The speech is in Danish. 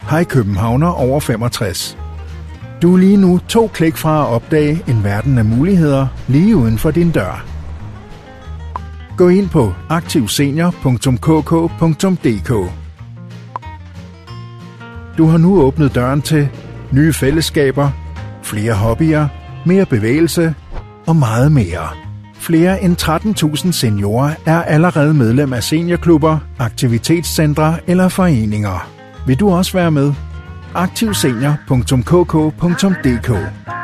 Hej københavner over 65. Du er lige nu 2 klik fra at opdage en verden af muligheder lige uden for din dør. Gå ind på aktivsenior.kk.dk. Du har nu åbnet døren til nye fællesskaber, flere hobbyer, mere bevægelse og meget mere. Flere end 13.000 seniorer er allerede medlem af seniorklubber, aktivitetscentre eller foreninger. Vil du også være med? aktivsenior.kk.dk